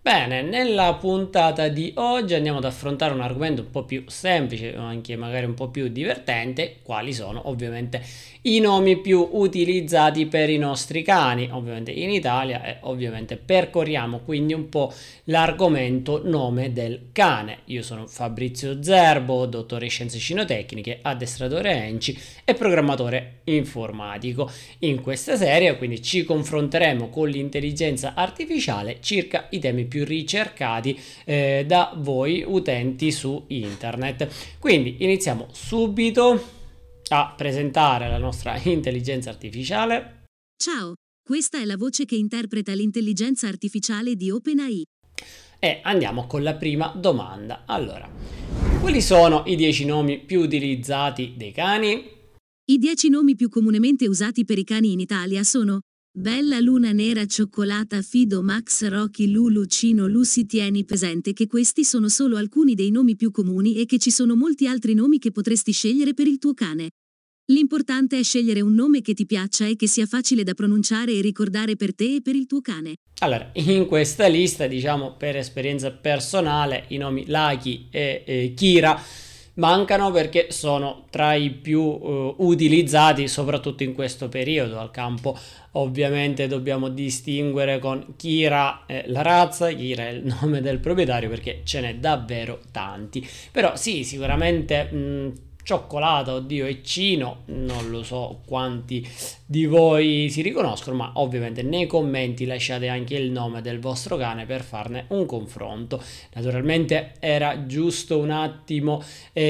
Bene, nella puntata di oggi andiamo ad affrontare un argomento un po' più semplice, o anche magari un po' più divertente, quali sono ovviamente i nomi più utilizzati per i nostri cani, ovviamente in Italia, e ovviamente percorriamo quindi un po' l'argomento nome del cane. Io sono Fabrizio Zerbo, dottore in scienze cinotecniche, addestratore ENCI e programmatore informatico. In questa serie quindi ci confronteremo con l'intelligenza artificiale circa i temi più ricercati da voi utenti su internet. Quindi iniziamo subito a presentare la nostra intelligenza artificiale Ciao, questa è la voce che interpreta l'intelligenza artificiale di OpenAI. e andiamo con la prima domanda. Allora, quali sono i 10 nomi più utilizzati dei cani? I 10 nomi più comunemente usati per i cani in Italia sono Bella, Luna Nera, Cioccolata, Fido, Max, Rocky, Lulu, Cino, Lucy. Tieni presente che questi sono solo alcuni dei nomi più comuni e che ci sono molti altri nomi che potresti scegliere per il tuo cane. L'importante è scegliere un nome che ti piaccia e che sia facile da pronunciare e ricordare per te e per il tuo cane. Allora, in questa lista, diciamo per esperienza personale, i nomi Lucky e Kira mancano perché sono tra i più utilizzati soprattutto in questo periodo. Al campo ovviamente dobbiamo distinguere con Kira la razza, Kira è il nome del proprietario perché ce n'è davvero tanti. Però sì, sicuramente cioccolata, oddio, e Cino, non lo so quanti di voi si riconoscono, ma ovviamente nei commenti lasciate anche il nome del vostro cane per farne un confronto. Naturalmente era giusto un attimo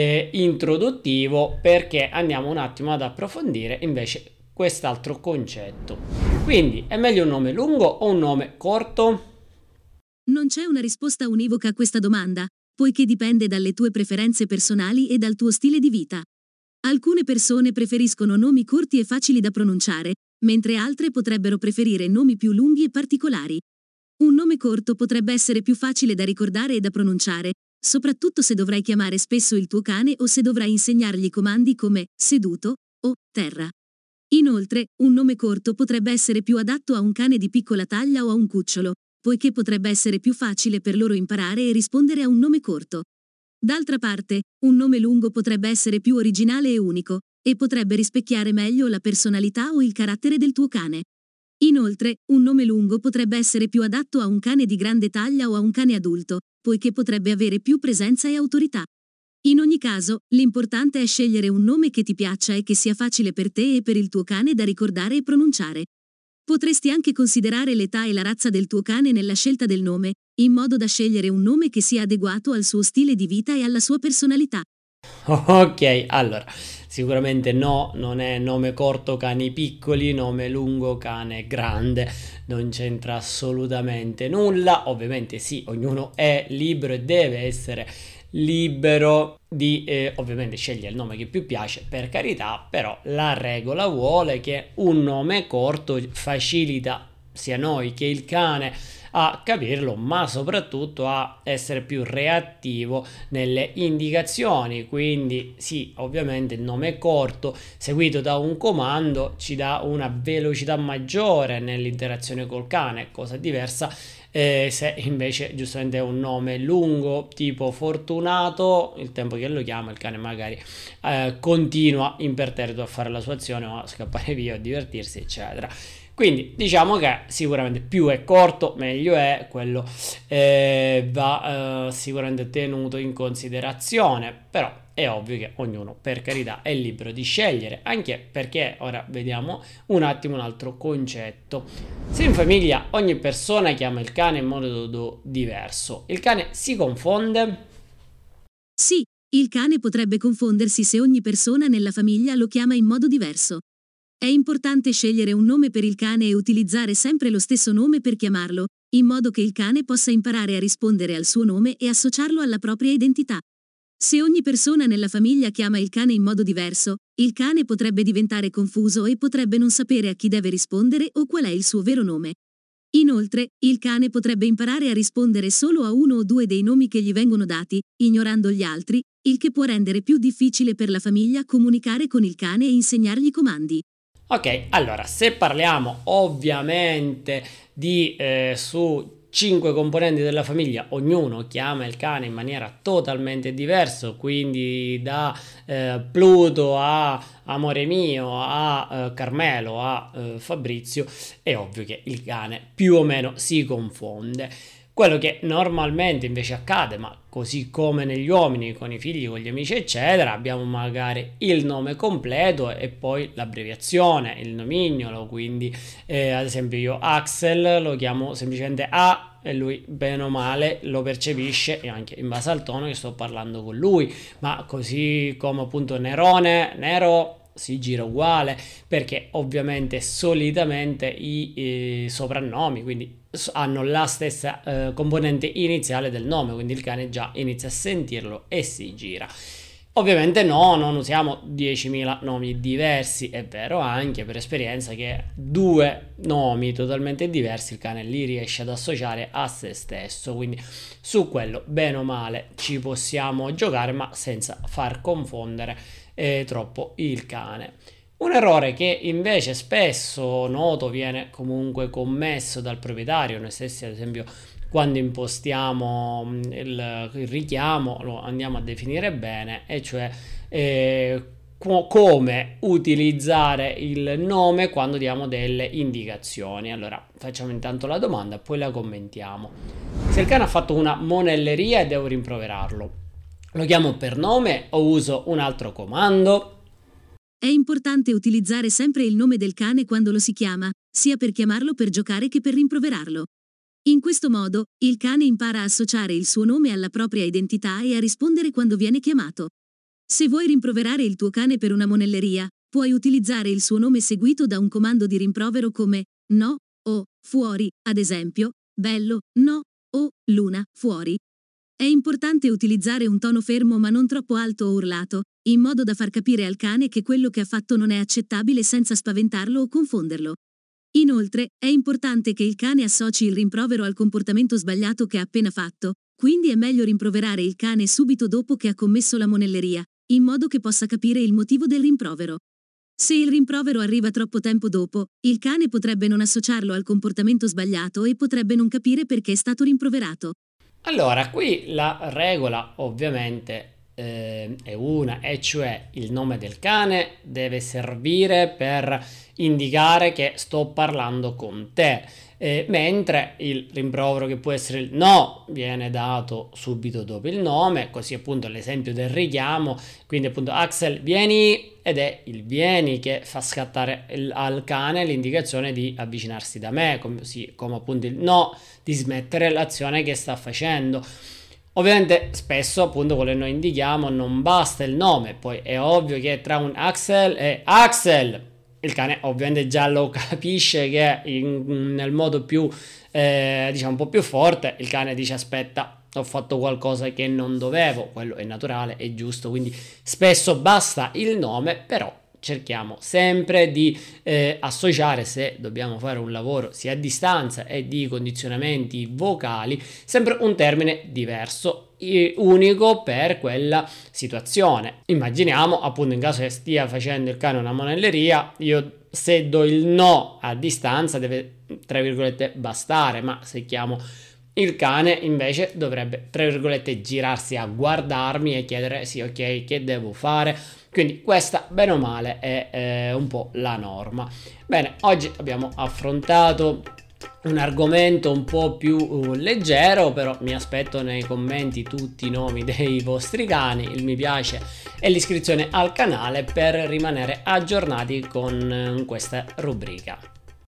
introduttivo perché andiamo un attimo ad approfondire invece quest'altro concetto. Quindi è meglio un nome lungo o un nome corto? Non c'è una risposta univoca a questa domanda, poiché dipende dalle tue preferenze personali e dal tuo stile di vita. Alcune persone preferiscono nomi corti e facili da pronunciare, mentre altre potrebbero preferire nomi più lunghi e particolari. Un nome corto potrebbe essere più facile da ricordare e da pronunciare, soprattutto se dovrai chiamare spesso il tuo cane o se dovrai insegnargli comandi come seduto o terra. Inoltre, un nome corto potrebbe essere più adatto a un cane di piccola taglia o a un cucciolo, poiché potrebbe essere più facile per loro imparare e rispondere a un nome corto. D'altra parte, un nome lungo potrebbe essere più originale e unico, e potrebbe rispecchiare meglio la personalità o il carattere del tuo cane. Inoltre, un nome lungo potrebbe essere più adatto a un cane di grande taglia o a un cane adulto, poiché potrebbe avere più presenza e autorità. In ogni caso, l'importante è scegliere un nome che ti piaccia e che sia facile per te e per il tuo cane da ricordare e pronunciare. Potresti anche considerare l'età e la razza del tuo cane nella scelta del nome, in modo da scegliere un nome che sia adeguato al suo stile di vita e alla sua personalità. Ok, allora, sicuramente no, non è nome corto cani piccoli, nome lungo cane grande, non c'entra assolutamente nulla. Ovviamente sì, ognuno è libero e deve essere libero di ovviamente scegliere il nome che più piace, per carità, però la regola vuole che un nome corto facilita sia noi che il cane a capirlo, ma soprattutto a essere più reattivo nelle indicazioni. Quindi sì, ovviamente il nome corto seguito da un comando ci dà una velocità maggiore nell'interazione col cane, cosa diversa se invece giustamente è un nome lungo tipo Fortunato, il tempo che lo chiama il cane magari continua imperterrito a fare la sua azione o a scappare via o a divertirsi eccetera. Quindi diciamo che sicuramente più è corto meglio è, quello va sicuramente tenuto in considerazione, però è ovvio che ognuno per carità è libero di scegliere, anche perché ora vediamo un attimo un altro concetto. Se in famiglia ogni persona chiama il cane in modo diverso, il cane si confonde? Sì, il cane potrebbe confondersi se ogni persona nella famiglia lo chiama in modo diverso. È importante scegliere un nome per il cane e utilizzare sempre lo stesso nome per chiamarlo, in modo che il cane possa imparare a rispondere al suo nome e associarlo alla propria identità. Se ogni persona nella famiglia chiama il cane in modo diverso, il cane potrebbe diventare confuso e potrebbe non sapere a chi deve rispondere o qual è il suo vero nome. Inoltre, il cane potrebbe imparare a rispondere solo a uno o due dei nomi che gli vengono dati, ignorando gli altri, il che può rendere più difficile per la famiglia comunicare con il cane e insegnargli comandi. Ok, allora se parliamo ovviamente di su 5 componenti della famiglia, ognuno chiama il cane in maniera totalmente diversa, quindi da Pluto a Amore mio a Carmelo a Fabrizio, è ovvio che il cane più o meno si confonde. Quello che normalmente invece accade, ma così come negli uomini, con i figli, con gli amici eccetera, abbiamo magari il nome completo e poi l'abbreviazione, il nomignolo, quindi ad esempio io Axel lo chiamo semplicemente A e lui bene o male lo percepisce e anche in base al tono che sto parlando con lui, ma così come appunto Nerone, Nero, si gira uguale, perché ovviamente solitamente i soprannomi quindi hanno la stessa componente iniziale del nome, quindi il cane già inizia a sentirlo e si gira. Ovviamente no, non usiamo 10.000 nomi diversi, è vero anche per esperienza che 2 nomi totalmente diversi il cane li riesce ad associare a se stesso, quindi su quello bene o male ci possiamo giocare, ma senza far confondere troppo il cane. Un errore che invece spesso noto viene comunque commesso dal proprietario, noi stessi ad esempio quando impostiamo il richiamo lo andiamo a definire bene, e cioè come utilizzare il nome quando diamo delle indicazioni. Allora facciamo intanto la domanda, poi la commentiamo. Se il cane ha fatto una monelleria e devo rimproverarlo, lo chiamo per nome o uso un altro comando? È importante utilizzare sempre il nome del cane quando lo si chiama, sia per chiamarlo per giocare che per rimproverarlo. In questo modo, il cane impara a associare il suo nome alla propria identità e a rispondere quando viene chiamato. Se vuoi rimproverare il tuo cane per una monelleria, puoi utilizzare il suo nome seguito da un comando di rimprovero come no o fuori, ad esempio, bello, no, o luna, fuori. È importante utilizzare un tono fermo ma non troppo alto o urlato, in modo da far capire al cane che quello che ha fatto non è accettabile senza spaventarlo o confonderlo. Inoltre, è importante che il cane associ il rimprovero al comportamento sbagliato che ha appena fatto, quindi è meglio rimproverare il cane subito dopo che ha commesso la monelleria, in modo che possa capire il motivo del rimprovero. Se il rimprovero arriva troppo tempo dopo, il cane potrebbe non associarlo al comportamento sbagliato e potrebbe non capire perché è stato rimproverato. Allora, qui la regola ovviamente è una, e cioè il nome del cane deve servire per indicare che sto parlando con te, mentre il rimprovero, che può essere il no, viene dato subito dopo il nome, così appunto l'esempio del richiamo, quindi appunto Axel vieni, ed è il vieni che fa scattare al cane l'indicazione di avvicinarsi da me, come appunto il no, di smettere l'azione che sta facendo. Ovviamente spesso appunto quello che noi indichiamo non basta il nome, poi è ovvio che tra un Axel e Axel il cane ovviamente già lo capisce che nel modo più diciamo un po' più forte il cane dice aspetta, ho fatto qualcosa che non dovevo, quello è naturale, è giusto, quindi spesso basta il nome, però cerchiamo sempre di associare, se dobbiamo fare un lavoro sia a distanza e di condizionamenti vocali, sempre un termine diverso, unico per quella situazione. Immaginiamo appunto in caso che stia facendo il cane una monelleria, io se do il no a distanza deve tra virgolette bastare, ma se chiamo il cane invece dovrebbe tra virgolette girarsi a guardarmi e chiedere sì ok che devo fare. Quindi questa bene o male è un po' la norma. Bene, oggi abbiamo affrontato un argomento un po' più leggero, però mi aspetto nei commenti tutti i nomi dei vostri cani, il mi piace e l'iscrizione al canale per rimanere aggiornati con questa rubrica.